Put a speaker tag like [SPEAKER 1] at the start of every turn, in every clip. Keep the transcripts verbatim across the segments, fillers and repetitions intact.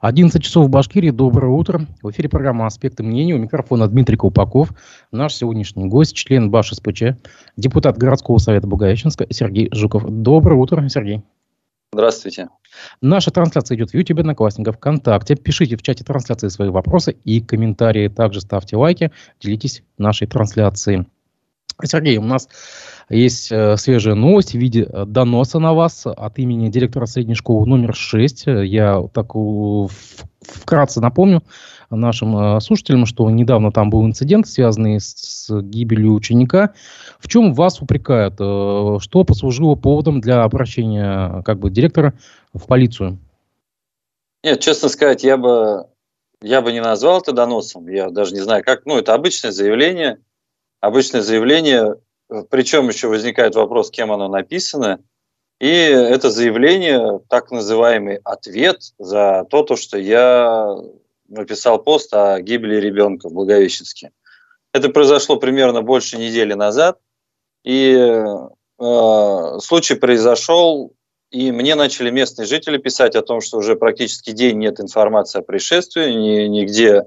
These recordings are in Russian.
[SPEAKER 1] одиннадцать часов в Башкирии. Доброе утро. В эфире программа «Аспекты мнений». У микрофона Дмитрий Колпаков. Наш сегодняшний гость, член БашСПЧ, депутат городского совета Благовещенска Сергей Жуков. Доброе утро, Сергей.
[SPEAKER 2] Здравствуйте.
[SPEAKER 1] Наша трансляция идет в YouTube, Одноклассниках, ВКонтакте. Пишите в чате трансляции свои вопросы и комментарии. Также ставьте лайки, делитесь нашей трансляцией. Сергей, у нас есть э, свежая новость в виде э, доноса на вас от имени директора средней школы номер шесть. Я так у, в, вкратце напомню нашим э, слушателям, что недавно там был инцидент, связанный с, с гибелью ученика. В чем вас упрекают? Э, что послужило поводом для обращения как бы директора в полицию?
[SPEAKER 2] Нет, честно сказать, я бы, я бы не назвал это доносом. Я даже не знаю, как. Ну, это обычное заявление. Обычное заявление, причем еще возникает вопрос, кем оно написано. И это заявление, так называемый ответ за то, то, что я написал пост о гибели ребенка в Благовещенске. Это произошло примерно больше недели назад. И э, случай произошел, и мне начали местные жители писать о том, что уже практически день нет информации о происшествии, ни, нигде.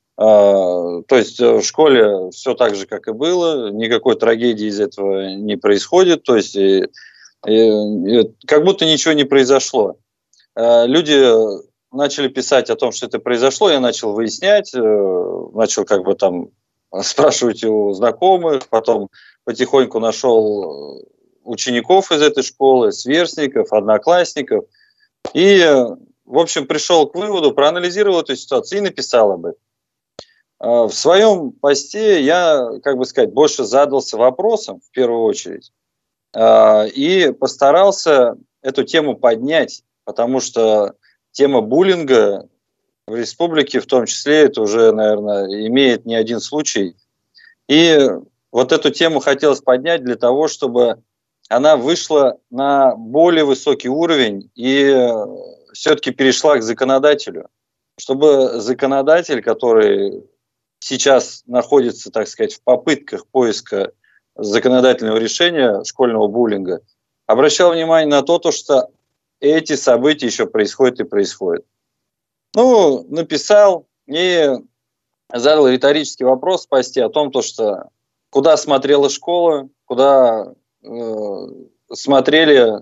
[SPEAKER 2] То есть в школе все так же, как и было, никакой трагедии из этого не происходит, то есть и, и, и, как будто ничего не произошло. Люди начали писать о том, что это произошло, я начал выяснять, начал как бы там спрашивать у знакомых, потом потихоньку нашел учеников из этой школы, сверстников, одноклассников, и, в общем, пришел к выводу, проанализировал эту ситуацию и написал об этом. В своем посте я, как бы сказать, больше задался вопросом, в первую очередь, и постарался эту тему поднять, потому что тема буллинга в республике, в том числе, это уже, наверное, имеет не один случай. И вот эту тему хотелось поднять для того, чтобы она вышла на более высокий уровень и все-таки перешла к законодателю, чтобы законодатель, который сейчас находится, так сказать, в попытках поиска законодательного решения школьного буллинга, обращал внимание на то, то, что эти события еще происходят и происходят. Ну, написал и задал риторический вопрос в посте о том, то, что куда смотрела школа, куда э, смотрели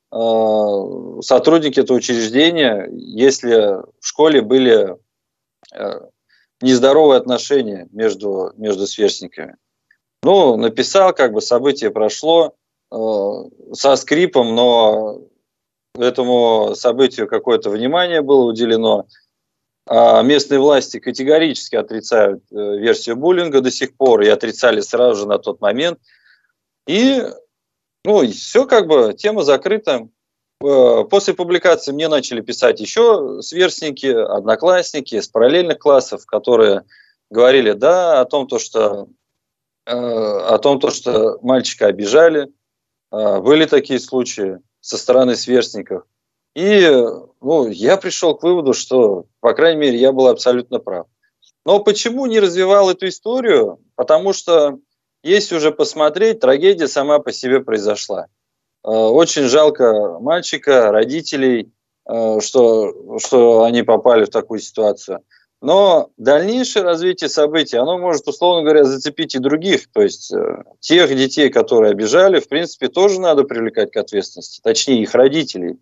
[SPEAKER 2] э, сотрудники этого учреждения, если в школе были э, нездоровые отношения между, между сверстниками. Ну, написал, как бы событие прошло э, со скрипом, но этому событию какое-то внимание было уделено. А местные власти категорически отрицают э, версию буллинга до сих пор и отрицали сразу же на тот момент. И, ну, и все, как бы, тема закрыта. После публикации мне начали писать еще сверстники, одноклассники с параллельных классов, которые говорили, да, о том, то, что, э, о том, то, что мальчика обижали. Э, были такие случаи со стороны сверстников. И ну, я пришел к выводу, что, по крайней мере, я был абсолютно прав. Но почему не развивал эту историю? Потому что, если уже посмотреть, трагедия сама по себе произошла. Очень жалко мальчика, родителей, что, что они попали в такую ситуацию. Но дальнейшее развитие событий, оно может, условно говоря, зацепить и других. То есть тех детей, которые обижали, в принципе, тоже надо привлекать к ответственности. Точнее, их родителей.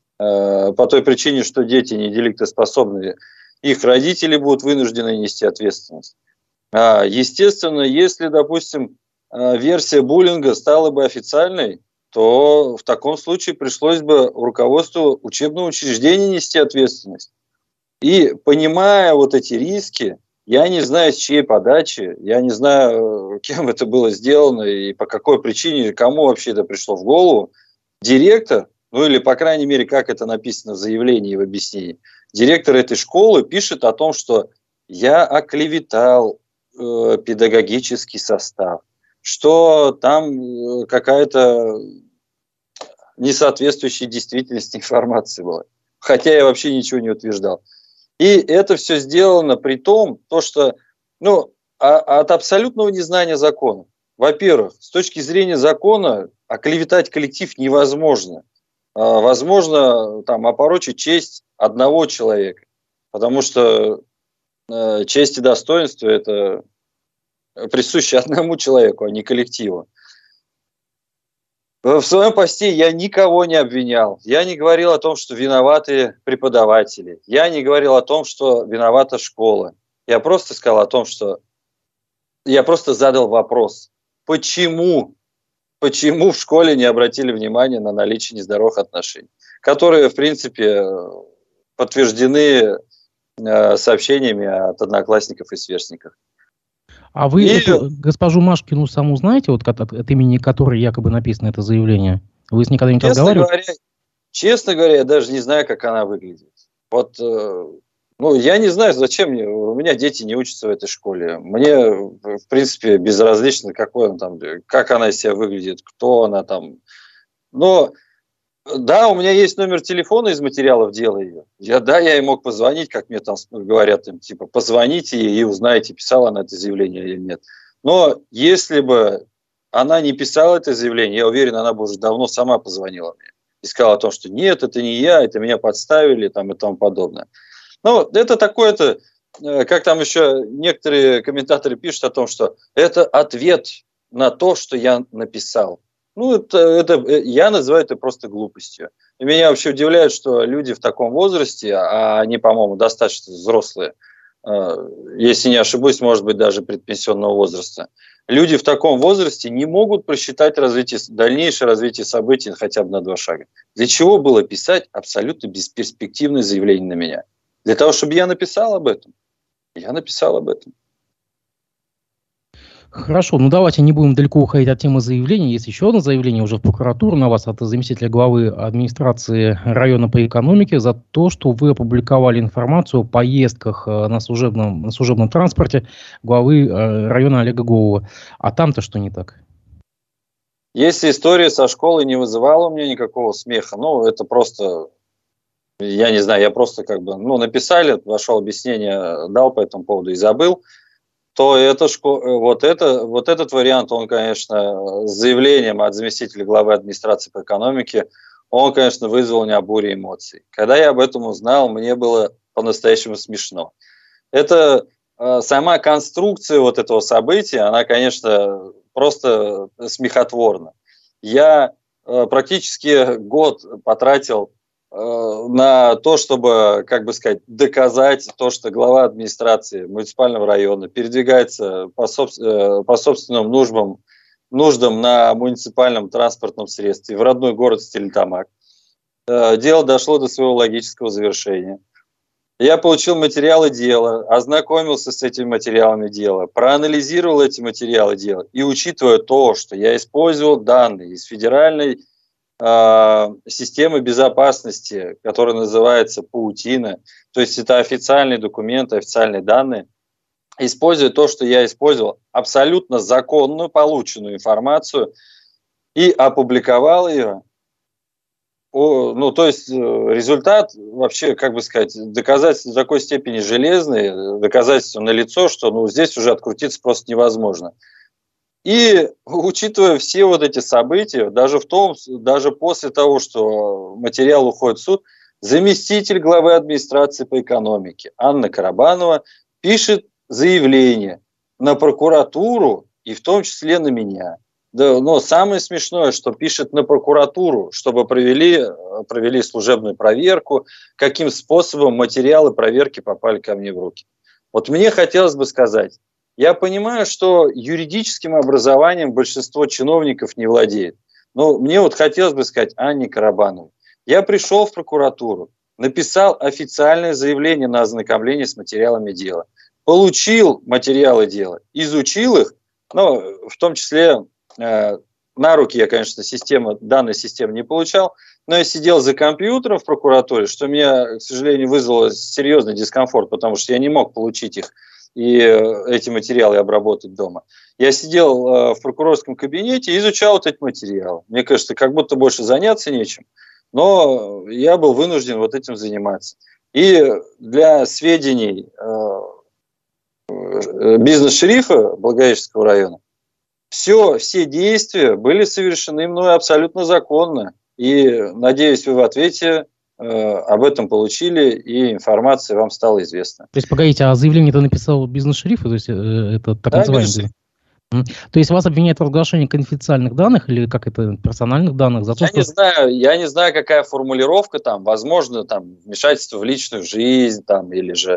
[SPEAKER 2] По той причине, что дети не деликтоспособны, их родители будут вынуждены нести ответственность. Естественно, если, допустим, версия буллинга стала бы официальной, то в таком случае пришлось бы руководству учебного учреждения нести ответственность. И понимая вот эти риски, я не знаю, с чьей подачи, я не знаю, кем это было сделано и по какой причине, кому вообще это пришло в голову, директор, ну или, по крайней мере, как это написано в заявлении и в объяснении, директор этой школы пишет о том, что я оклеветал э, педагогический состав, что там какая-то несоответствующая действительности информация была. Хотя я вообще ничего не утверждал. И это все сделано при том, то, что ну, от абсолютного незнания закона. Во-первых, с точки зрения закона оклеветать коллектив невозможно. Возможно там, опорочить честь одного человека. Потому что э, честь и достоинство – это присуще одному человеку, а не коллективу. В своем посте я никого не обвинял. Я не говорил о том, что виноваты преподаватели. Я не говорил о том, что виновата школа. Я просто сказал о том, что... Я просто задал вопрос. Почему? Почему в школе не обратили внимания на наличие нездоровых отношений? Которые, в принципе, подтверждены э, сообщениями от одноклассников и сверстников.
[SPEAKER 1] А вы
[SPEAKER 2] И...
[SPEAKER 1] эту госпожу Машкину саму знаете, вот от, от имени которой якобы написано это заявление? Вы с ней когда-нибудь разговаривали?
[SPEAKER 2] Говоря, честно говоря, я даже не знаю, как она выглядит. Вот, э, ну, я не знаю, зачем мне. У меня дети не учатся в этой школе. Мне, в принципе, безразлично, какой он там, как она из себя выглядит, кто она там. Но да, у меня есть номер телефона из материалов дела ее. Я, да, я ей мог позвонить, как мне там говорят, им, типа, позвоните ей и узнаете, писала она это заявление или нет. Но если бы она не писала это заявление, я уверен, она бы уже давно сама позвонила мне и сказала о том, что нет, это не я, это меня подставили там, и тому подобное. Ну, это такое-то, как там еще некоторые комментаторы пишут о том, что это ответ на то, что я написал. Ну, это, это, я называю это просто глупостью. И меня вообще удивляет, что люди в таком возрасте, а они, по-моему, достаточно взрослые, если не ошибусь, может быть, даже предпенсионного возраста, люди в таком возрасте не могут просчитать развитие, дальнейшее развитие событий хотя бы на два шага. Для чего было писать абсолютно бесперспективное заявление на меня? Для того, чтобы я написал об этом. Я написал об этом.
[SPEAKER 1] Хорошо, ну давайте не будем далеко уходить от темы заявления. Есть еще одно заявление уже в прокуратуру на вас от заместителя главы администрации района по экономике за то, что вы опубликовали информацию о поездках на служебном, на служебном транспорте главы района Олега Голова. А там-то что не так?
[SPEAKER 2] Если история со школой не вызывала у меня никакого смеха, ну это просто, я не знаю, я просто как бы, ну написали, вошел объяснение, дал по этому поводу и забыл. То это, вот, это, вот этот вариант, он, конечно, с заявлением от заместителя главы администрации по экономике, он, конечно, вызвал у меня бурю эмоций. Когда я об этом узнал, мне было по-настоящему смешно. Это э, сама конструкция вот этого события, она, конечно, просто смехотворна. Я э, практически год потратил на то, чтобы, как бы сказать, доказать то, что глава администрации муниципального района передвигается по, собствен, по собственным нуждам, нуждам на муниципальном транспортном средстве в родной город Стерлитамак. Дело дошло до своего логического завершения. Я получил материалы дела, ознакомился с этими материалами дела, проанализировал эти материалы дела и, учитывая то, что я использовал данные из федеральной системы безопасности, которая называется паутина, то есть это официальные документы, официальные данные, используя то, что я использовал, абсолютно законную полученную информацию и опубликовал ее. О, ну, то есть результат вообще, как бы сказать, доказательства в такой степени железные, доказательства налицо, что ну, здесь уже открутиться просто невозможно. И учитывая все вот эти события, даже в том, даже после того, что материал уходит в суд, заместитель главы администрации по экономике Анна Карабанова пишет заявление на прокуратуру и в том числе на меня. Да, но самое смешное, что пишет на прокуратуру, чтобы провели, провели служебную проверку, каким способом материалы проверки попали ко мне в руки. Вот мне хотелось бы сказать, я понимаю, что юридическим образованием большинство чиновников не владеет. Но мне вот хотелось бы сказать Анне Карабановой. Я пришел в прокуратуру, написал официальное заявление на ознакомление с материалами дела. Получил материалы дела, изучил их, но в том числе э, на руки я, конечно, система, данной системы не получал, но я сидел за компьютером в прокуратуре, что меня, к сожалению, вызвало серьезный дискомфорт, потому что я не мог получить их и эти материалы обработать дома. Я сидел э, в прокурорском кабинете и изучал вот эти материалы. Мне кажется, как будто больше заняться нечем, но я был вынужден вот этим заниматься. И для сведений э, бизнес-шерифа Благовещенского района, все, все действия были совершены мной абсолютно законно. И, надеюсь, вы в ответе э, об этом получили, и информация вам стала известна.
[SPEAKER 1] То есть, погодите, а заявление ты написал бизнес-шерифу, то есть э, это так
[SPEAKER 2] Да,
[SPEAKER 1] называемый... То есть вас обвиняют в разглашении конфиденциальных данных или как это, персональных данных за то,
[SPEAKER 2] я
[SPEAKER 1] что...
[SPEAKER 2] Не знаю, я не знаю, какая формулировка там, возможно, там, вмешательство в личную жизнь, там, или же...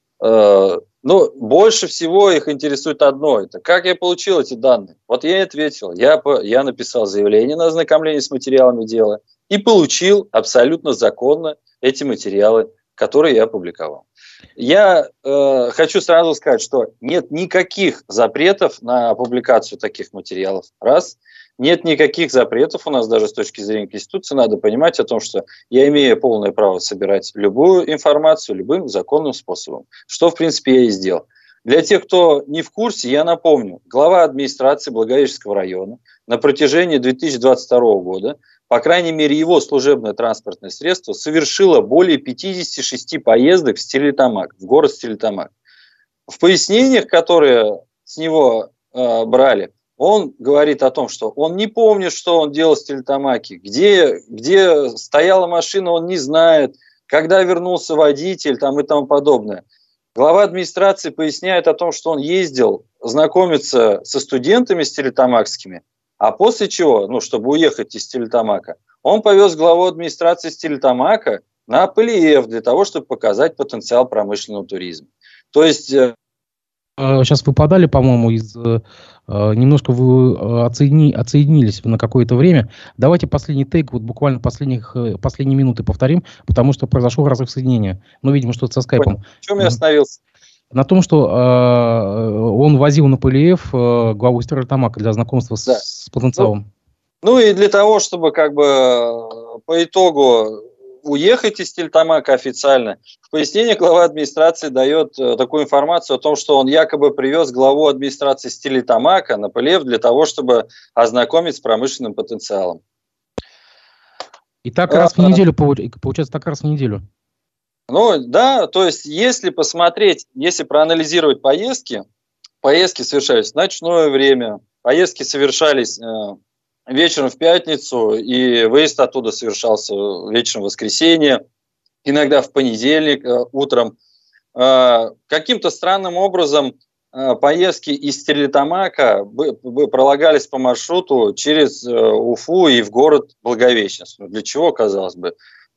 [SPEAKER 2] Э, ну, больше всего их интересует одно, это как я получил эти данные. Вот я и ответил, я, я написал заявление на ознакомление с материалами дела и получил абсолютно законно эти материалы, которые я опубликовал. Я э, хочу сразу сказать, что нет никаких запретов на публикацию таких материалов. Раз. Нет никаких запретов у нас даже с точки зрения Конституции. Надо понимать о том, что я имею полное право собирать любую информацию любым законным способом. Что, в принципе, я и сделал. Для тех, кто не в курсе, я напомню. Глава администрации Благовещенского района на протяжении две тысячи двадцать второго года, по крайней мере, его служебное транспортное средство совершило более пятидесяти шести поездок в Стерлитамак, в город Стерлитамак. В пояснениях, которые с него э, брали, он говорит о том, что он не помнит, что он делал в Стерлитамаке, где, где стояла машина, он не знает, когда вернулся водитель там, и тому подобное. Глава администрации поясняет о том, что он ездил знакомиться со студентами стерлитамакскими, а после чего, ну, чтобы уехать из Стерлитамака, он повез главу администрации Стерлитамака на Апелиев для того, чтобы показать потенциал промышленного туризма. То есть...
[SPEAKER 1] Сейчас вы подали, по-моему, из... Немножко вы отсоедини, отсоединились на какое-то время. Давайте последний тейк, вот буквально последних, последние минуты повторим, потому что произошел разрыв соединения. Ну, видимо, что-то со скайпом.
[SPEAKER 2] В чем я остановился?
[SPEAKER 1] На том, что э, он возил на Апелиев э, главу Стерлитамака для знакомства с, да. с потенциалом.
[SPEAKER 2] Ну, ну и для того, чтобы как бы по итогу уехать из Стерлитамака официально, в пояснении глава администрации дает такую информацию о том, что он якобы привез главу администрации Стерлитамака на Апелиев для того, чтобы ознакомить с промышленным потенциалом.
[SPEAKER 1] И так а, раз в неделю, получается, так раз в неделю.
[SPEAKER 2] Ну, да, то есть, если посмотреть, если проанализировать поездки, поездки совершались в ночное время, поездки совершались э, вечером в пятницу, и выезд оттуда совершался вечером в воскресенье, иногда в понедельник э, утром. Э, каким-то странным образом э, поездки из Стерлитамака бы, бы пролагались по маршруту через э, Уфу и в город Благовещенск. Для чего, казалось бы,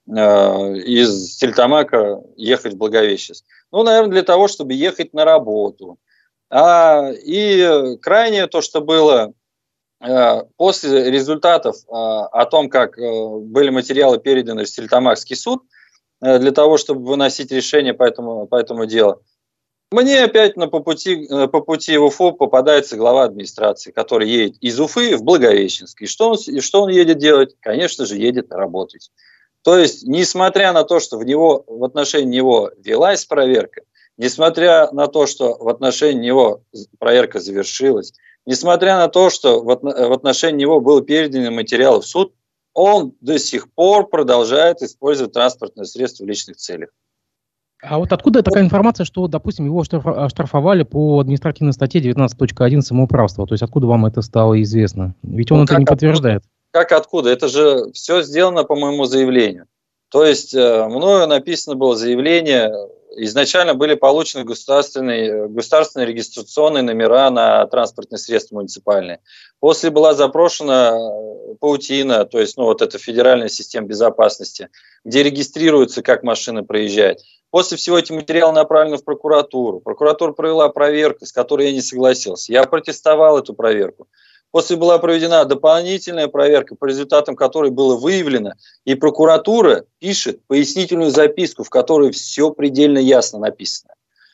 [SPEAKER 2] из Стерлитамака ехать в Благовещенск? Ну, наверное, для того, чтобы ехать на работу. А, и крайнее то, что было а, после результатов а, о том, как а, были материалы переданы в Стерлитамакский суд, а, для того, чтобы выносить решение по этому, по этому делу, мне опять на, по, пути, по пути в Уфу попадается глава администрации, который едет из Уфы в Благовещенск. И что он, и что он едет делать? Конечно же, едет работать. То есть, несмотря на то, что в, него, в отношении него велась проверка, несмотря на то, что в отношении него проверка завершилась, несмотря на то, что в отношении него был передан материал в суд, он до сих пор продолжает использовать транспортное средство в личных целях.
[SPEAKER 1] А вот откуда такая информация, что, допустим, его оштрафовали по административной статье девятнадцать точка один самоуправства? То есть, откуда вам это стало известно? Ведь он ну, это не подтверждает.
[SPEAKER 2] Откуда? Как откуда? Это же все сделано по моему заявлению. То есть мною написано было заявление, изначально были получены государственные, государственные регистрационные номера на транспортные средства муниципальные. После была запрошена паутина, то есть ну, вот эта федеральная система безопасности, где регистрируется, как машина проезжает. После всего эти материалы направлены в прокуратуру. Прокуратура провела проверку, с которой я не согласился. Я протестовал эту проверку. После была проведена дополнительная проверка, по результатам которой было выявлено, и прокуратура пишет пояснительную записку, в которой все предельно ясно написано.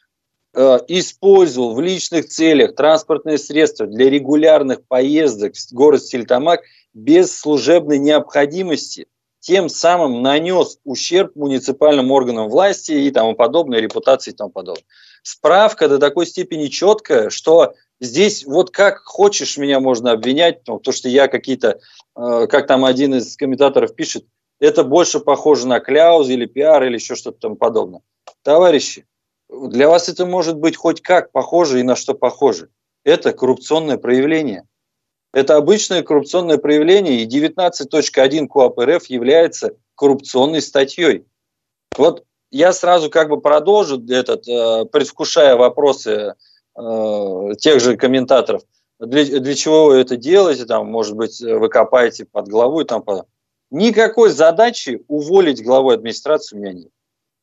[SPEAKER 2] Э, использовал в личных целях транспортные средства для регулярных поездок в город Стерлитамак без служебной необходимости, тем самым нанес ущерб муниципальным органам власти и тому подобное, репутации и тому подобное. Справка до такой степени четкая, что здесь вот как хочешь меня можно обвинять, ну, то, что я какие-то, э, как там один из комментаторов пишет, это больше похоже на кляуз или пиар или еще что-то там подобное. Товарищи, для вас это может быть хоть как похоже и на что похоже. Это коррупционное проявление. Это обычное коррупционное проявление, и девятнадцать точка один КоАП РФ является коррупционной статьей. Вот я сразу как бы продолжу этот, э, предвкушая вопросы э, тех же комментаторов. Для, для чего вы это делаете? Там, может быть, вы копаете под главу и там под... Никакой задачи уволить главу администрации у меня нет.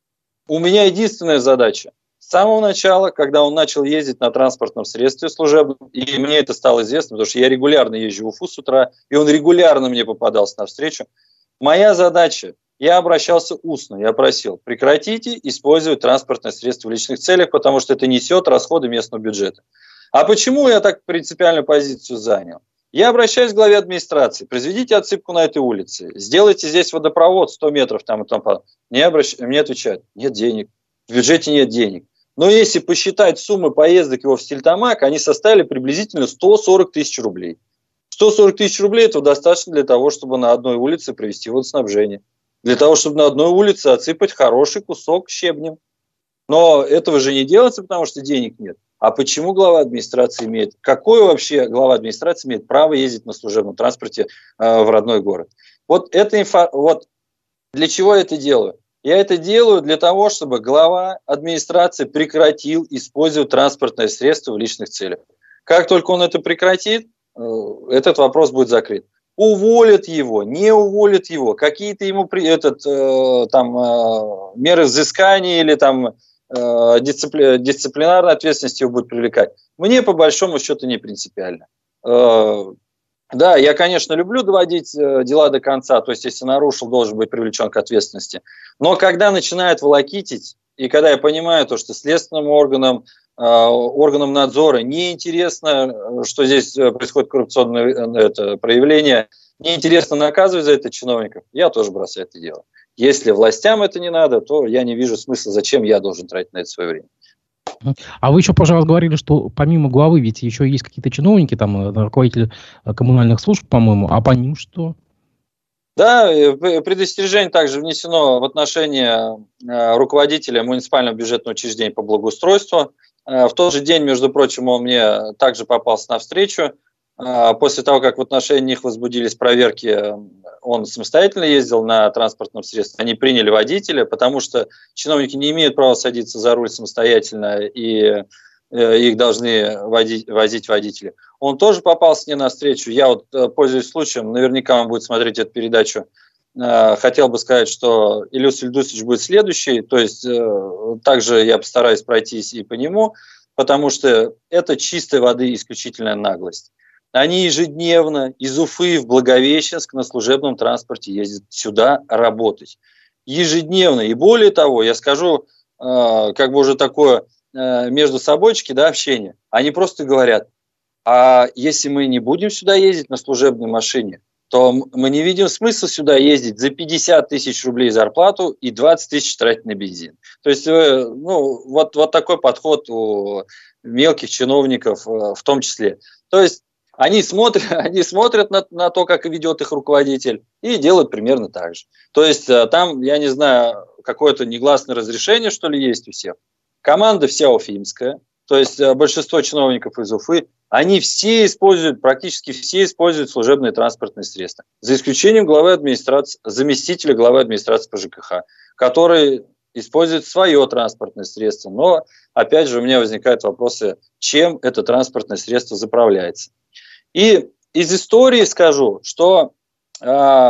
[SPEAKER 2] У меня единственная задача. С самого начала, когда он начал ездить на транспортном средстве служебном, и мне это стало известно, потому что я регулярно езжу в Уфу с утра, и он регулярно мне попадался навстречу, моя задача, я обращался устно, я просил, прекратите использовать транспортное средство в личных целях, потому что это несет расходы местного бюджета. А почему я так принципиальную позицию занял? Я обращаюсь к главе администрации, произведите отсыпку на этой улице, сделайте здесь водопровод сто метров, там и там. Мне, обращ... Мне отвечают, нет денег, в бюджете нет денег. Но если посчитать суммы поездок его в Стильтамак, они составили приблизительно сто сорок тысяч рублей. сто сорок тысяч рублей этого достаточно для того, чтобы на одной улице провести водоснабжение. Для того, чтобы на одной улице отсыпать хороший кусок щебнем. Но этого же не делается, потому что денег нет. А почему глава администрации имеет, какое вообще глава администрации имеет право ездить на служебном транспорте э, в родной город? Вот, это инфа, вот для чего я это делаю? Я это делаю для того, чтобы глава администрации прекратил использовать транспортное средство в личных целях. Как только он это прекратит, э, этот вопрос будет закрыт. Уволят его, не уволят его, какие-то ему при, этот, э, там, э, меры взыскания или там, э, дисципли, дисциплинарной ответственности его будут привлекать. Мне по большому счету не принципиально. Э, да, я, конечно, люблю доводить э, дела до конца, то есть если нарушил, должен быть привлечен к ответственности. Но когда начинает волокитить, и когда я понимаю то, что следственным органам, органам надзора неинтересно, что здесь происходит коррупционное это, проявление, неинтересно наказывать за это чиновников, я тоже бросаю это дело. Если властям это не надо, то я не вижу смысла, зачем я должен тратить на это свое время.
[SPEAKER 1] А вы еще, пожалуйста, говорили, что помимо главы ведь еще есть какие-то чиновники, там руководители коммунальных служб, по-моему, а по ним что?
[SPEAKER 2] Да, предостережение также внесено в отношении руководителя муниципального бюджетного учреждения по благоустройству. В тот же день, между прочим, он мне также попался навстречу. После того, как в отношении них возбудились проверки, он самостоятельно ездил на транспортном средстве. Они приняли водителя, потому что чиновники не имеют права садиться за руль самостоятельно, и их должны водить, возить водители. Он тоже попался мне навстречу. Я вот, пользуясь случаем, наверняка он будет смотреть эту передачу, хотел бы сказать, что Илюс Ильдусович будет следующий, то есть также я постараюсь пройтись и по нему, потому что это чистой воды исключительная наглость. Они ежедневно из Уфы в Благовещенск на служебном транспорте ездят сюда работать. Ежедневно. И более того, я скажу, как бы уже такое между собойчики, да, общение. Они просто говорят, а если мы не будем сюда ездить на служебной машине, то мы не видим смысла сюда ездить за пятьдесят тысяч рублей зарплату и двадцать тысяч тратить на бензин. То есть, ну, вот, вот такой подход у мелких чиновников в том числе. То есть, они смотрят, они смотрят на, на то, как ведет их руководитель, и делают примерно так же. То есть, там, я не знаю, какое-то негласное разрешение, что ли, есть у всех. Команда вся уфимская, то есть большинство чиновников из Уфы, они все используют, практически все используют служебные транспортные средства. За исключением главы администрации, заместителя главы администрации по ЖКХ, который использует свое транспортное средство. Но, опять же, у меня возникают вопросы, чем это транспортное средство заправляется. И из истории скажу, что э,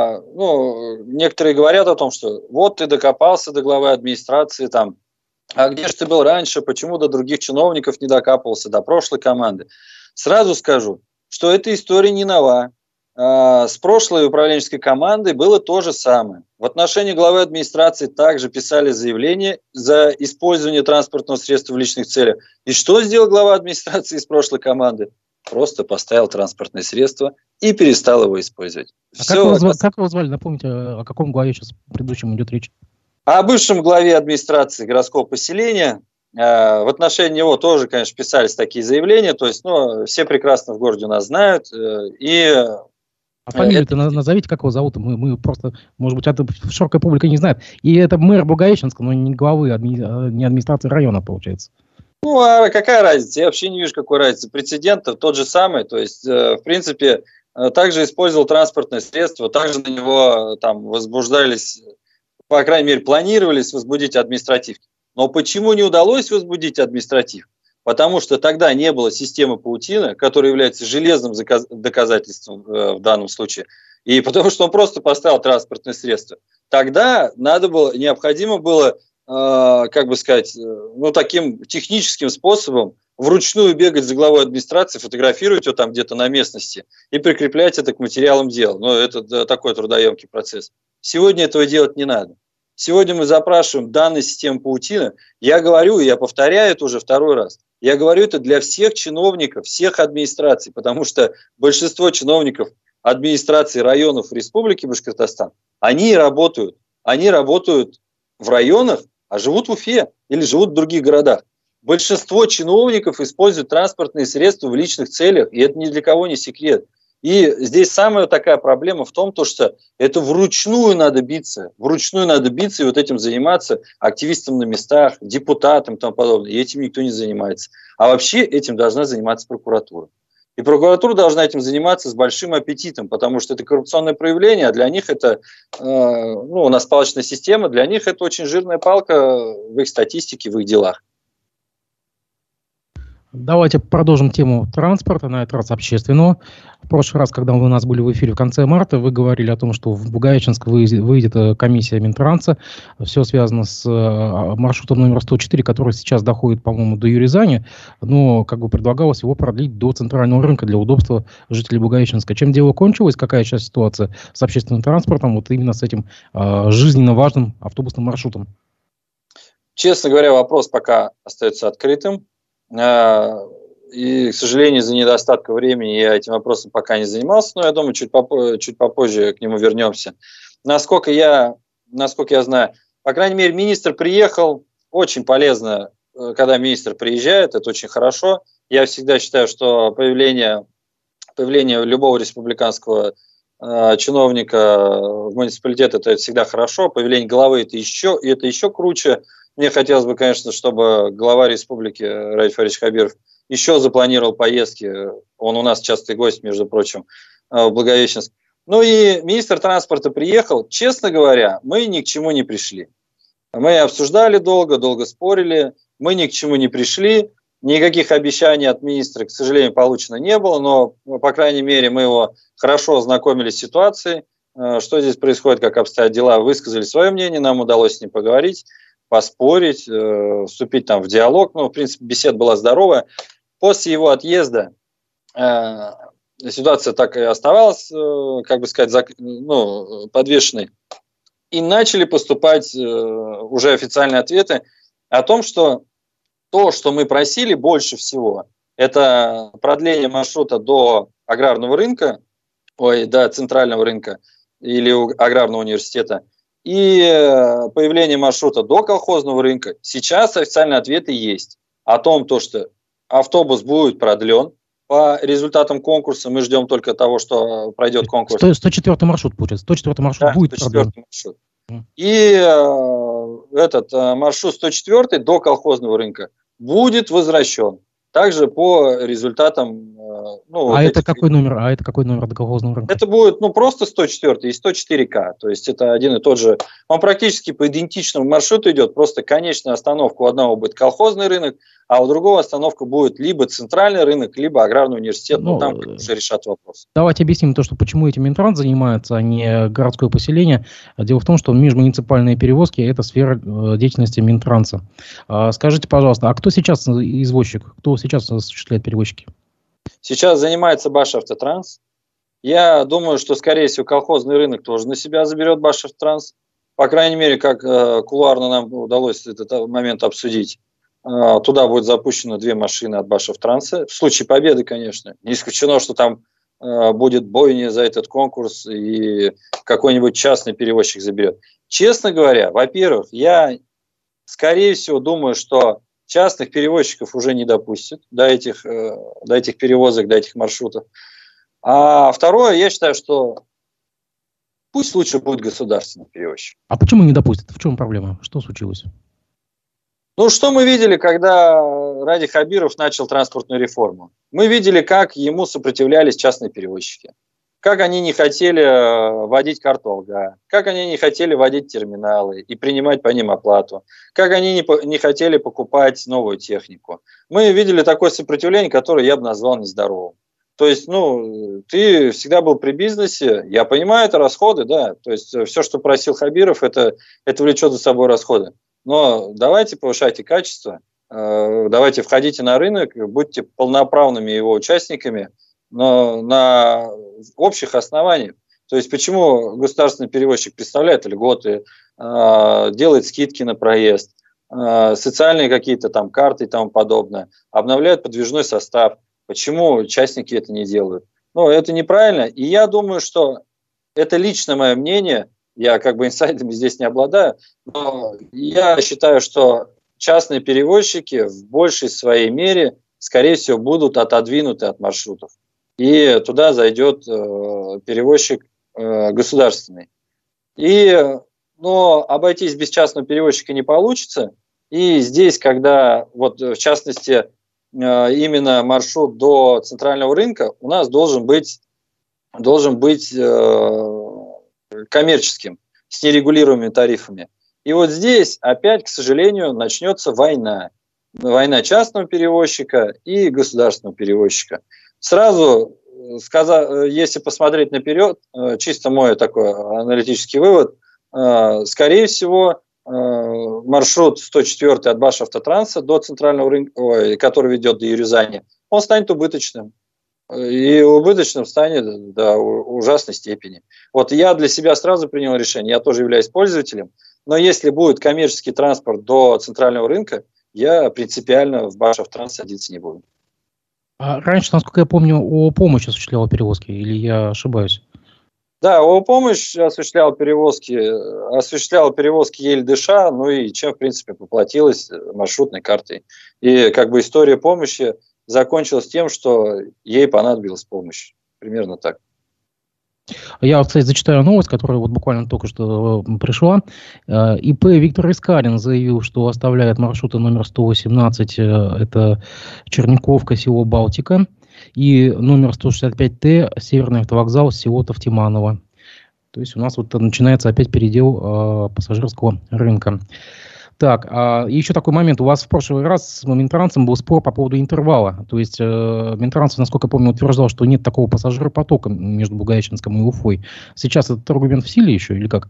[SPEAKER 2] ну, некоторые говорят о том, что вот ты докопался до главы администрации, там, а где же ты был раньше, почему до других чиновников не докапывался, до прошлой команды. Сразу скажу, что эта история не нова. С прошлой управленческой командой было то же самое. В отношении главы администрации также писали заявление за использование транспортного средства в личных целях. И что сделал глава администрации из прошлой команды? Просто поставил транспортное средство и перестал его использовать.
[SPEAKER 1] А как его, звали, как его звали? Напомните, о каком главе сейчас в предыдущем идет речь?
[SPEAKER 2] О бывшем главе администрации городского поселения. В отношении него тоже, конечно, писались такие заявления. То есть, ну, все прекрасно в городе у нас знают. И
[SPEAKER 1] а фамилию-то это... назовите, как его зовут? Мы, мы просто, может быть, это широкая публика не знает. И это мэр Благовещенска, но не главы адми... не администрации района, получается.
[SPEAKER 2] Ну, а какая разница? Я вообще не вижу, какой разницы. Прецедент тот же самый. То есть, в принципе, также использовал транспортное средство, также на него там возбуждались по крайней мере, планировались возбудить административки. Но почему не удалось возбудить административ? Потому что тогда не было системы паутины, которая является железным доказательством в данном случае, и потому что он просто поставил транспортное средство. Тогда надо было, необходимо было, как бы сказать, ну, таким техническим способом вручную бегать за главой администрации, фотографировать его там где-то на местности и прикреплять это к материалам дела. Но это такой трудоемкий процесс. Сегодня этого делать не надо. Сегодня мы запрашиваем данные системы паутины. Я говорю, я повторяю это уже второй раз. Я говорю это для всех чиновников, всех администраций, потому что большинство чиновников администрации районов Республики Башкортостан, они работают, они работают в районах, а живут в Уфе или живут в других городах. Большинство чиновников используют транспортные средства в личных целях, и это ни для кого не секрет. И здесь самая такая проблема в том, что это вручную надо биться, вручную надо биться и вот этим заниматься активистам на местах, депутатам и тому подобное. И этим никто не занимается. А вообще этим должна заниматься прокуратура. И прокуратура должна этим заниматься с большим аппетитом, потому что это коррупционное проявление, а для них это, э, ну, у нас палочная система, для них это очень жирная палка в их статистике, в их делах.
[SPEAKER 1] Давайте продолжим тему транспорта, на этот раз общественного. В прошлый раз, когда вы у нас были в эфире в конце марта, вы говорили о том, что в Благовещенск выйдет комиссия Минтранса. Все связано с маршрутом номер сто четыре, который сейчас доходит, по-моему, до Юрезани, но как бы предлагалось его продлить до центрального рынка для удобства жителей Благовещенска. Чем дело кончилось? Какая сейчас ситуация с общественным транспортом, вот именно с этим э, жизненно важным автобусным маршрутом?
[SPEAKER 2] Честно говоря, вопрос пока остается открытым. И, к сожалению, из-за недостатка времени я этим вопросом пока не занимался, но я думаю, чуть, попозже, чуть попозже к нему вернемся. Насколько я, насколько я знаю, по крайней мере, министр приехал. Очень полезно, когда министр приезжает, это очень хорошо. Я всегда считаю, что появление, появление любого республиканского э, чиновника в муниципалитет это всегда хорошо. Появление главы это еще, и это еще круче. Мне хотелось бы, конечно, чтобы глава республики Раиль Фаридович Хабиров еще запланировал поездки. Он у нас частый гость, между прочим, в Благовещенск. Ну и министр транспорта приехал. Честно говоря, мы ни к чему не пришли. Мы обсуждали долго, долго спорили. Мы ни к чему не пришли. Никаких обещаний от министра, к сожалению, получено не было. Но, по крайней мере, мы его хорошо ознакомились с ситуацией. Что здесь происходит, как обстоят дела. Высказали свое мнение, нам удалось с ним поговорить, поспорить, э, вступить там в диалог. Ну, в принципе, беседа была здоровая. После его отъезда э, ситуация так и оставалась, э, как бы сказать, зак... ну, подвешенной. И начали поступать э, уже официальные ответы о том, что то, что мы просили больше всего, это продление маршрута до аграрного рынка, ой, до центрального рынка или аграрного университета, и появление маршрута до колхозного рынка. Сейчас официальные ответы есть о том, то, что автобус будет продлен по результатам конкурса. Мы ждем только того, что пройдет конкурс.
[SPEAKER 1] сто четвёртый маршрут будет. сто четвёртый маршрут
[SPEAKER 2] да,
[SPEAKER 1] будет
[SPEAKER 2] сто четвёртый
[SPEAKER 1] продлен.
[SPEAKER 2] Маршрут. И э, этот э, маршрут сто четвёртый до колхозного рынка будет возвращен. Также по результатам... Э, ну,
[SPEAKER 1] а,
[SPEAKER 2] вот
[SPEAKER 1] это
[SPEAKER 2] этих...
[SPEAKER 1] какой номер? а это какой номер до колхозного рынка?
[SPEAKER 2] Это будет ну, просто сто четвёртый и сто четыре ка. То есть это один и тот же. Он практически по идентичному маршруту идет. Просто конечная остановка у одного будет колхозный рынок, а у другого остановка будет либо центральный рынок, либо аграрный университет. Ну, там уже решат вопрос.
[SPEAKER 1] Давайте объясним то, что почему этим Минтранс занимается, а не городское поселение. Дело в том, что межмуниципальные перевозки – это сфера деятельности Минтранса. Скажите, пожалуйста, а кто сейчас извозчик? Кто сейчас осуществляет перевозчики? Сейчас занимается
[SPEAKER 2] Башавтотранс. Я думаю, что, скорее всего, колхозный рынок тоже на себя заберет Башавтотранс. По крайней мере, как э, кулуарно нам удалось этот момент обсудить. Э, туда будет запущено две машины от Башавтотранса. В случае победы, конечно. Не исключено, что там э, будет бойня за этот конкурс и какой-нибудь частный перевозчик заберет. Честно говоря, во-первых, я, скорее всего, думаю, что частных перевозчиков уже не допустят до этих, до этих перевозок, до этих маршрутов. А второе, я считаю, что пусть лучше будет государственный перевозчик.
[SPEAKER 1] А почему не допустят? В чем проблема? Что случилось?
[SPEAKER 2] Ну, что мы видели, когда Ради Хабиров начал транспортную реформу? Мы видели, как ему сопротивлялись частные перевозчики. как они не хотели вводить карту Алга, как они не хотели вводить терминалы и принимать по ним оплату, как они не, не хотели покупать новую технику. Мы видели такое сопротивление, которое я бы назвал нездоровым. То есть, ну, ты всегда был при бизнесе, я понимаю, это расходы, да, то есть все, что просил Хабиров, это, это влечет за собой расходы. Но давайте повышайте качество, давайте входите на рынок, будьте полноправными его участниками, но на общих основаниях. То есть почему государственный перевозчик представляет льготы, делает скидки на проезд, социальные какие-то там карты и тому подобное, обновляет подвижной состав. Почему участники это не делают? Ну, это неправильно. И я думаю, что это лично мое мнение, я как бы инсайдами здесь не обладаю, но я считаю, что частные перевозчики в большей своей мере, скорее всего, будут отодвинуты от маршрутов. И туда зайдет э, перевозчик э, государственный. И, но обойтись без частного перевозчика не получится. И здесь, когда, вот в частности, именно маршрут до центрального рынка у нас должен быть, должен быть э, коммерческим, с нерегулируемыми тарифами. И вот здесь опять, к сожалению, начнется война. Война частного перевозчика и государственного перевозчика. Сразу, сказать, если посмотреть наперед, чисто мой такой аналитический вывод, э, скорее всего, маршрут сто четвёртый от Башавтотранса до центрального рынка, ой, который ведет до Юрезани, он станет убыточным. И убыточным станет до ужасной степени. Вот я для себя сразу принял решение, я тоже являюсь пользователем, но если будет коммерческий транспорт до центрального рынка, я принципиально в Башавтранс садиться не буду.
[SPEAKER 1] А раньше, насколько я помню, ООО-помощь осуществляла перевозки, или я ошибаюсь?
[SPEAKER 2] Да, ООО-помощь осуществляла перевозки, осуществляла перевозки еле дыша, ну и чем, в принципе, поплатилась маршрутной картой. И как бы история помощи закончилась тем, что ей понадобилась помощь. Примерно так.
[SPEAKER 1] Я, кстати, зачитаю новость, которая вот буквально только что пришла. ИП Виктор Искарин заявил, что оставляет маршруты номер сто восемнадцать, это Черниковка, село Балтика, и номер сто шестьдесят пять Т, Северный автовокзал, село Тавтиманово. То есть у нас вот начинается опять передел э, пассажирского рынка. Так, а еще такой момент. У вас в прошлый раз с Минтрансом был спор по поводу интервала. То есть э, Минтранс, насколько я помню, утверждал, что нет такого пассажиропотока между Благовещенском и Уфой. Сейчас этот аргумент в силе еще или как?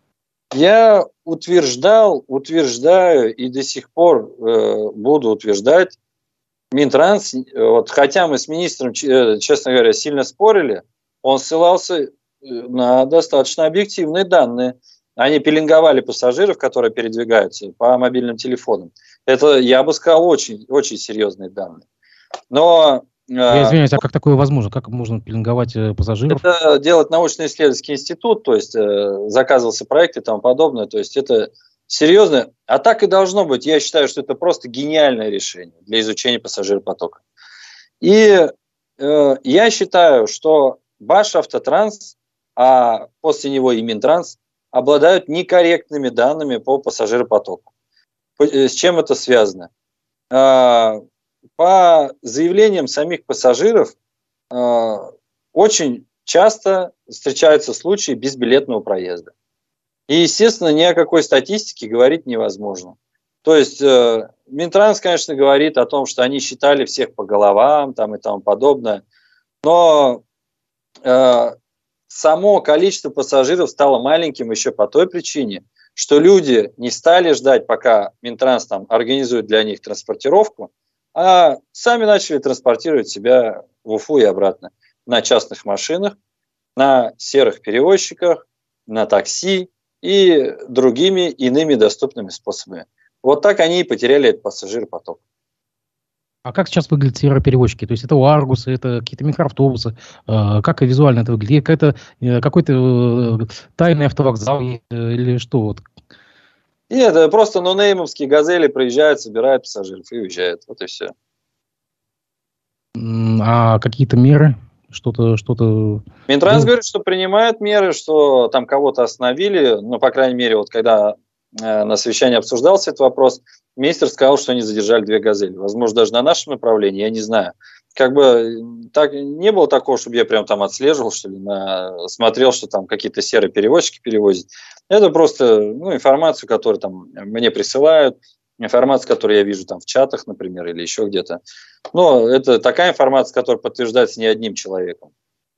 [SPEAKER 1] Я утверждал, утверждаю и до сих пор э, буду утверждать, Минтранс, вот, хотя мы с министром, честно говоря, сильно спорили, он ссылался на достаточно объективные данные. Они пеленговали пассажиров, которые передвигаются по мобильным телефонам. Это, я бы сказал, очень, очень серьезные данные. Но, я извиняюсь, а как такое возможно? Как можно пеленговать пассажиров?
[SPEAKER 2] Это делает научно-исследовательский институт, то есть э, заказывался проект и тому подобное. То есть это серьезно. А так и должно быть. Я считаю, что это просто гениальное решение для изучения пассажиропотока. И э, я считаю, что Башавтотранс, а после него и Минтранс, обладают некорректными данными по пассажиропотоку. С чем это связано? Э, по заявлениям самих пассажиров, э, очень часто встречаются случаи безбилетного проезда. И, естественно, ни о какой статистике говорить невозможно. То есть э, Минтранс, конечно, говорит о том, что они считали всех по головам там, и тому подобное, но э, само количество пассажиров стало маленьким еще по той причине, что люди не стали ждать, пока Минтранс там организует для них транспортировку, а сами начали транспортировать себя в Уфу и обратно на частных машинах, на серых перевозчиках, на такси и другими иными доступными способами. Вот так они и потеряли этот пассажиропоток.
[SPEAKER 1] А как сейчас выглядят сероперевозчики? То есть это Ларгусы, это какие-то микроавтобусы. Э, как и визуально это выглядит? Какой-то, э, какой-то э, тайный автовокзал э, или что? Вот.
[SPEAKER 2] Нет, это просто нонеймовские газели проезжают, собирают пассажиров и уезжают. Вот и все.
[SPEAKER 1] А какие-то меры? Что-то, что-то...
[SPEAKER 2] Минтранс говорит, что принимает меры, что там кого-то остановили, ну, по крайней мере, вот когда на совещании обсуждался этот вопрос, министр сказал, что они задержали две «Газели». Возможно, даже на нашем направлении, я не знаю. Как бы так, не было такого, чтобы я прям там отслеживал, что ли, на, смотрел, что там какие-то серые перевозчики перевозят. Это просто ну, информацию, которую там мне присылают, информация, которую я вижу там в чатах, например, или еще где-то. Но это такая информация, которая подтверждается не одним человеком.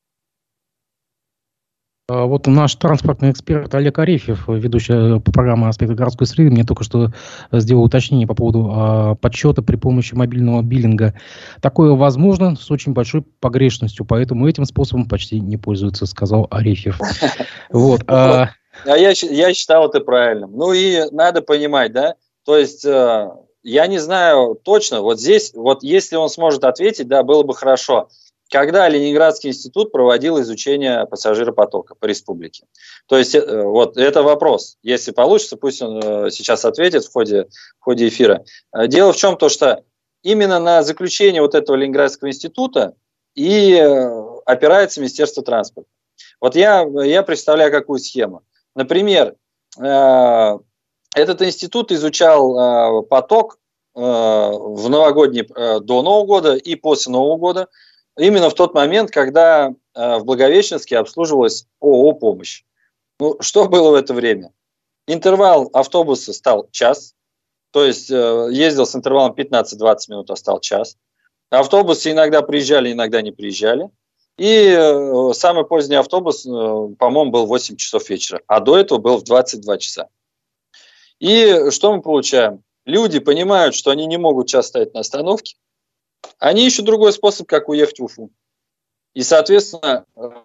[SPEAKER 1] Вот наш транспортный эксперт Олег Арефьев, ведущий программы «Аспекты городской среды», мне только что сделал уточнение по поводу а, подсчета при помощи мобильного биллинга. Такое возможно с очень большой погрешностью, поэтому этим способом почти не пользуются, сказал Арефьев. Вот.
[SPEAKER 2] А я считал это правильным. Ну и надо понимать, да, то есть я не знаю точно, вот здесь, вот если он сможет ответить, да, было бы хорошо. Когда Ленинградский институт проводил изучение пассажиропотока по республике. То есть, вот это вопрос. Если получится, пусть он сейчас ответит в ходе, в ходе эфира. Дело в чем то, что именно на заключение вот этого Ленинградского института и опирается Министерство транспорта. Вот я, я представляю какую схему. Например, этот институт изучал поток в новогодний, до Нового года и после Нового года, именно в тот момент, когда э, в Благовещенске обслуживалась ООО «Помощь». Ну, что было в это время? Интервал автобуса стал час, то есть э, ездил с интервалом пятнадцать-двадцать минут, а стал час. Автобусы иногда приезжали, иногда не приезжали. И э, самый поздний автобус, э, по-моему, был в восемь часов вечера, а до этого был в двадцать два часа. И что мы получаем? Люди понимают, что они не могут час стоять на остановке, они ищут другой способ, как уехать в Уфу. И, соответственно,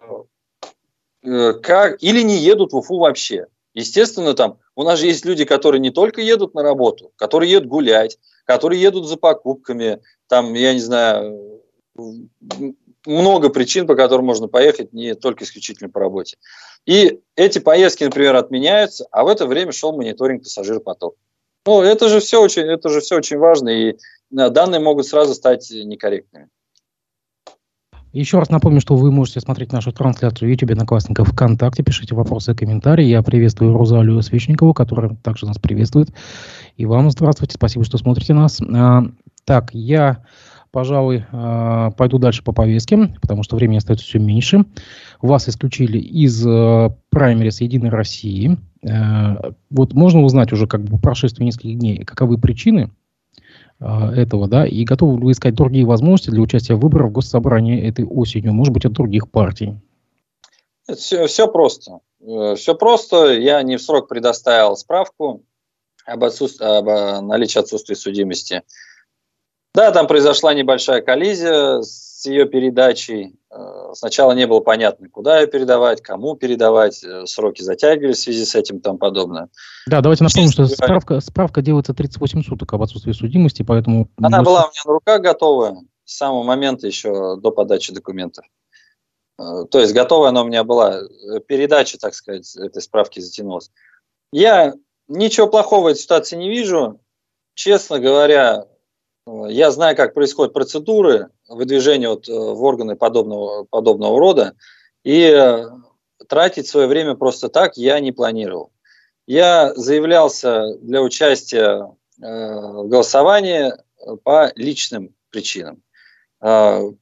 [SPEAKER 2] как, или не едут в Уфу вообще. Естественно, там у нас же есть люди, которые не только едут на работу, которые едут гулять, которые едут за покупками. Там, я не знаю, много причин, по которым можно поехать, не только исключительно по работе. И эти поездки, например, отменяются, а в это время шел мониторинг пассажиропотока. Ну, это же все очень, это же все очень важно, и данные могут сразу стать некорректными.
[SPEAKER 1] Еще раз напомню, что вы можете смотреть нашу трансляцию в YouTube, Одноклассников, ВКонтакте. Пишите вопросы и комментарии. Я приветствую Розалию Свечникову, которая также нас приветствует. И вам здравствуйте. Спасибо, что смотрите нас. А, так, я, пожалуй, а, пойду дальше по повестке, потому что времени остается все меньше. Вас исключили из а, праймерис «Единой России». А, вот можно узнать уже как бы по прошествии нескольких дней, каковы причины этого, да, и готовы ли вы искать другие возможности для участия в выборах в Госсобрании этой осенью, может быть, от других партий?
[SPEAKER 2] Все, все просто. Все просто. Я не в срок предоставил справку об, отсутствии, об наличии отсутствия судимости. Да, там произошла небольшая коллизия с ее передачей. Сначала не было понятно, куда ее передавать, кому передавать, сроки затягивались в связи с этим и тому подобное.
[SPEAKER 1] Да, давайте напомним, что справка, справка делается тридцать восемь суток об отсутствии судимости, поэтому...
[SPEAKER 2] Она была у меня на руках готовая с самого момента еще до подачи документов. То есть готовая она у меня была. Передача, так сказать, этой справки затянулась. Я ничего плохого в этой ситуации не вижу. Честно говоря, я знаю, как происходят процедуры выдвижения вот в органы подобного, подобного рода, и тратить свое время просто так я не планировал. Я заявлялся для участия в голосовании по личным причинам. В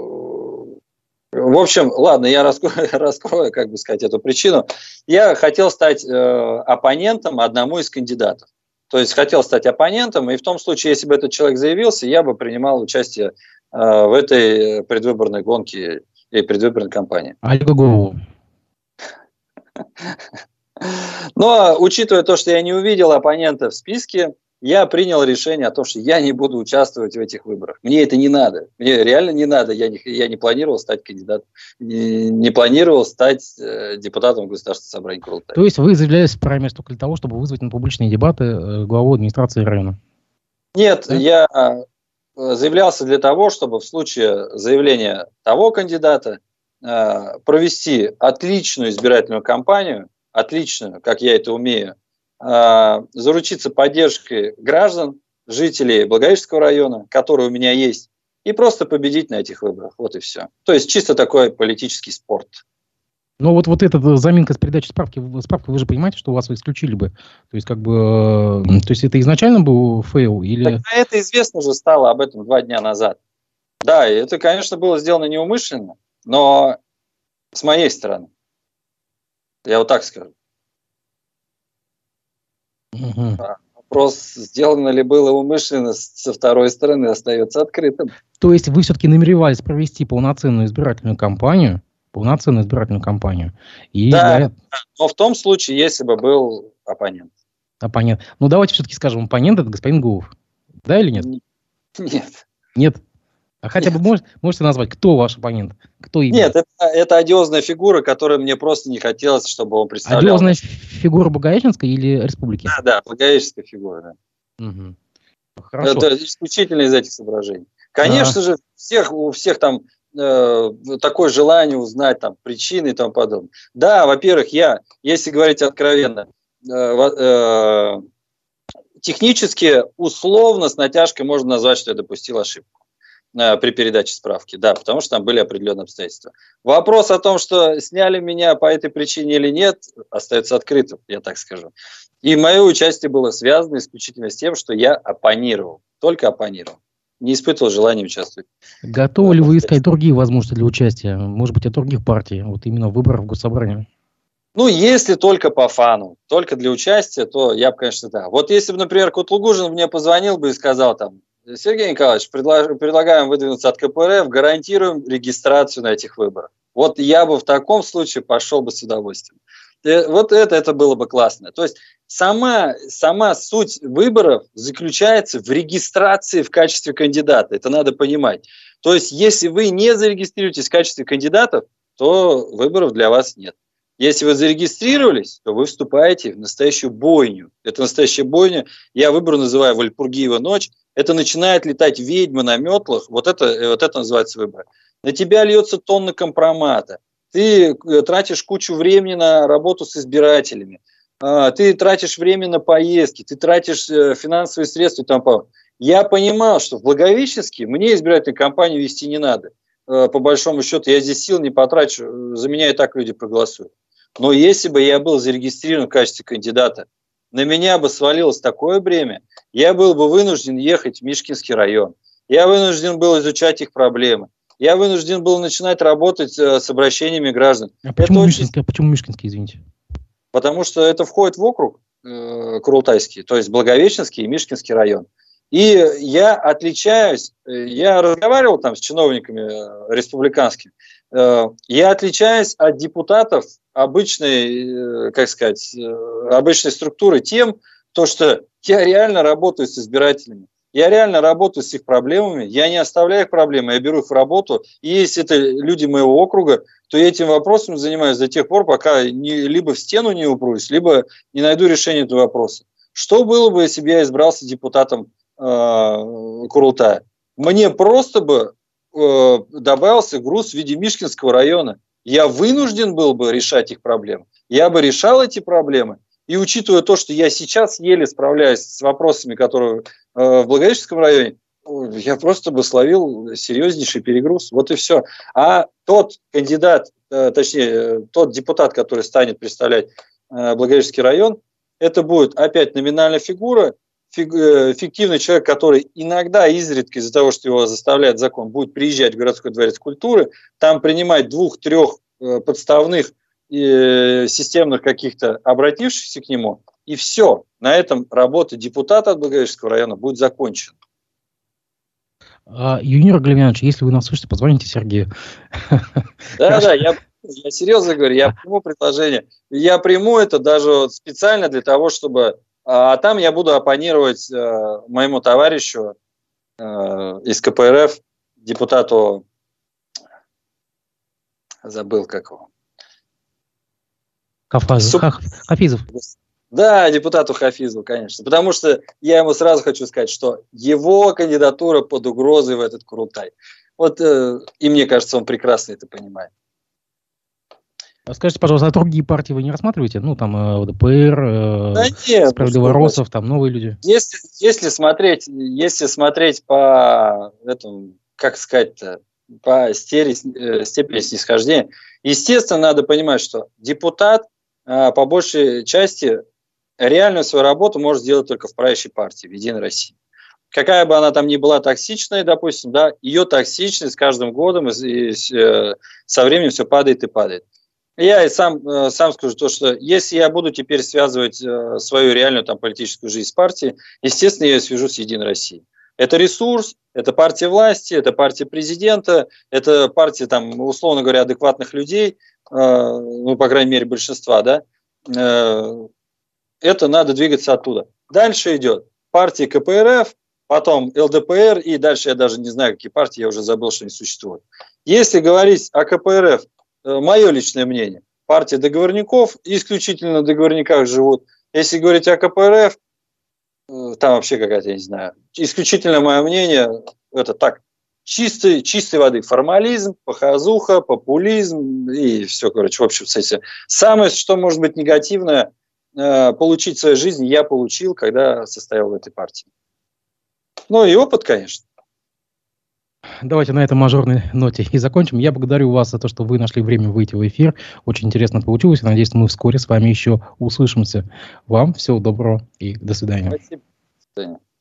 [SPEAKER 2] общем, ладно, я раскрою, раскрою, как бы сказать, эту причину. Я хотел стать оппонентом одному из кандидатов. То есть хотел стать оппонентом, и в том случае, если бы этот человек заявился, я бы принимал участие э, в этой предвыборной гонке и предвыборной кампании.
[SPEAKER 1] Альго-го.
[SPEAKER 2] Но, учитывая то, что я не увидел оппонента в списке, я принял решение о том, что я не буду участвовать в этих выборах. Мне это не надо. Мне реально не надо. Я не, я не планировал стать кандидатом, не, не планировал стать э, депутатом Государственного собрания Курултая.
[SPEAKER 1] То есть вы заявлялись в праймерис только для того, чтобы вызвать на публичные дебаты э, главу администрации района?
[SPEAKER 2] Нет,
[SPEAKER 1] да?
[SPEAKER 2] я заявлялся для того, чтобы в случае заявления того кандидата э, провести отличную избирательную кампанию, отличную, как я это умею, заручиться поддержкой граждан, жителей Благовещенского района, которые у меня есть, и просто победить на этих выборах. Вот и все. То есть чисто такой политический спорт.
[SPEAKER 1] Но вот, вот эта заминка с передачей справки, справки, вы же понимаете, что вас исключили бы. То есть, как бы, то есть это изначально был фейл или...
[SPEAKER 2] Так это известно же стало об этом два дня назад. Да, это, конечно, было сделано неумышленно, но с моей стороны. Я вот так скажу.
[SPEAKER 1] Угу.
[SPEAKER 2] Вопрос, сделано ли было умышленно, со второй стороны остается открытым.
[SPEAKER 1] То есть вы все-таки намеревались провести полноценную избирательную кампанию, полноценную избирательную кампанию. И
[SPEAKER 2] да,
[SPEAKER 1] для...
[SPEAKER 2] но в том случае, если бы был оппонент.
[SPEAKER 1] Оппонент. Ну, давайте все-таки скажем, оппонент – это господин Гулов. Да или нет?
[SPEAKER 2] Нет.
[SPEAKER 1] Нет? А хотя
[SPEAKER 2] Нет.
[SPEAKER 1] бы мож, можете назвать, кто ваш оппонент? Кто именно?
[SPEAKER 2] Нет, это, это одиозная фигура, которой мне просто не хотелось, чтобы он представлял.
[SPEAKER 1] Одиозная фигура Благовещенской или республики?
[SPEAKER 2] Да, да, благовещенская фигура. Да.
[SPEAKER 1] Угу. Хорошо.
[SPEAKER 2] Это исключительно из этих соображений. Конечно а... же, всех, у всех там э, такое желание узнать там, причины и тому подобное. Да, во-первых, я, если говорить откровенно, э, э, технически, условно, с натяжкой можно назвать, что я допустил ошибку э, при передаче справки. Да, потому что там были определенные обстоятельства. Вопрос о том, что сняли меня по этой причине или нет, остается открытым, я так скажу. И мое участие было связано исключительно с тем, что я оппонировал, только оппонировал. Не испытывал желания участвовать.
[SPEAKER 1] Готовы ли вы искать другие возможности для участия? Может быть, от других партий, вот именно в выборах в Госсобрание?
[SPEAKER 2] Ну, если только по фану, только для участия, то я бы, конечно, да. Вот если бы, например, Кутлугужин мне позвонил бы и сказал там: Сергей Николаевич, предлаг, предлагаем выдвинуться от ка пэ эр эф, гарантируем регистрацию на этих выборах. Вот я бы в таком случае пошел бы с удовольствием. Вот это, это было бы классно. То есть сама, сама суть выборов заключается в регистрации в качестве кандидата. Это надо понимать. То есть если вы не зарегистрируетесь в качестве кандидатов, то выборов для вас нет. Если вы зарегистрировались, то вы вступаете в настоящую бойню. Это настоящая бойня. Я выборы называю Вальпургиева ночь. Это начинает летать ведьмы на метлах. Вот это, вот это называется выборы. На тебя льется тонна компромата. Ты тратишь кучу времени на работу с избирателями. Ты тратишь время на поездки. Ты тратишь финансовые средства и тому. Я понимал, что в Благовещенске мне избирательную кампанию вести не надо. По большому счету, я здесь сил не потрачу. За меня и так люди проголосуют. Но если бы я был зарегистрирован в качестве кандидата, на меня бы свалилось такое бремя, я был бы вынужден ехать в Мишкинский район. Я вынужден был изучать их проблемы. Я вынужден был начинать работать с обращениями граждан.
[SPEAKER 1] А почему, это Мишкинский, очень... а почему Мишкинский, извините?
[SPEAKER 2] Потому что это входит в округ э, Курултайский, то есть Благовещенский и Мишкинский район. И я отличаюсь, я разговаривал там с чиновниками э, республиканскими, э, я отличаюсь от депутатов обычной, э, как сказать, э, обычной структуры тем, то, что я реально работаю с избирателями. Я реально работаю с их проблемами, я не оставляю их проблемы, я беру их в работу. И если это люди моего округа, то я этим вопросом занимаюсь до тех пор, пока не, либо в стену не упрусь, либо не найду решение этого вопроса. Что было бы, если бы я избрался депутатом э, Курултая? Мне просто бы э, добавился груз в виде Мишкинского района. Я вынужден был бы решать их проблемы. Я бы решал эти проблемы. И учитывая то, что я сейчас еле справляюсь с вопросами, которые э, в Благовещенском районе, я просто бы словил серьезнейший перегруз. Вот и все. А тот кандидат, э, точнее, э, тот депутат, который станет представлять э, Благовещенский район, это будет опять номинальная фигура, фиг, э, фиктивный человек, который иногда, изредка, из-за того, что его заставляет закон, будет приезжать в городской дворец культуры, там принимать двух-трех э, подставных системных каких-то обратившихся к нему, и все. На этом работа депутата от Благовещенского района будет закончена.
[SPEAKER 1] А, Юнир Глемянович, если вы нас слышите, позвоните Сергею.
[SPEAKER 2] Да, да, я, я серьезно говорю, я приму предложение. Я приму это даже вот специально для того, чтобы... А там я буду оппонировать э, моему товарищу э, из ка пэ эр эф, депутату... Забыл, как его.
[SPEAKER 1] Хафазов. Хафизов.
[SPEAKER 2] Да, депутату Хафизову, конечно. Потому что я ему сразу хочу сказать, что его кандидатура под угрозой в этот Курултай. Вот, э, и мне кажется, он прекрасно это понимает.
[SPEAKER 1] Скажите, пожалуйста, а другие партии вы не рассматриваете? Ну, там э, о дэ пэ эр, э,
[SPEAKER 2] да нет,
[SPEAKER 1] Справедливоросов, там новые люди.
[SPEAKER 2] Если, если, смотреть, если смотреть по этому, как сказать-то, по степени, степени снисхождения. Естественно, надо понимать, что депутат по большей части реальную свою работу может сделать только в правящей партии, в «Единой России». Какая бы она там ни была токсичная, допустим, да, ее токсичность с каждым годом и, и, со временем все падает и падает. Я и сам, сам скажу то, что если я буду теперь связывать свою реальную там, политическую жизнь с партией, естественно, я ее свяжу с «Единой Россией». Это ресурс, это партия власти, это партия президента, это партия, там, условно говоря, адекватных людей, ну, по крайней мере, большинства, да. Это надо двигаться оттуда. Дальше идет партия ка пэ эр эф, потом эл дэ пэ эр, и дальше я даже не знаю, какие партии, я уже забыл, что они существуют. Если говорить о ка пэ эр эф, мое личное мнение, партия договорников, исключительно в договорниках живут. Если говорить о ка пэ эр эф, там вообще какая-то, я не знаю, исключительно мое мнение, это так, чистой, чистой воды формализм, показуха, популизм и все, короче, в общем, кстати, самое, что может быть негативное, получить в своей жизни, я получил, когда состоял в этой партии. Ну и опыт, конечно.
[SPEAKER 1] Давайте на этой мажорной ноте и закончим. Я благодарю вас за то, что вы нашли время выйти в эфир. Очень интересно получилось. Надеюсь, мы вскоре с вами еще услышимся. Вам всего доброго и до свидания.
[SPEAKER 2] Спасибо. До свидания.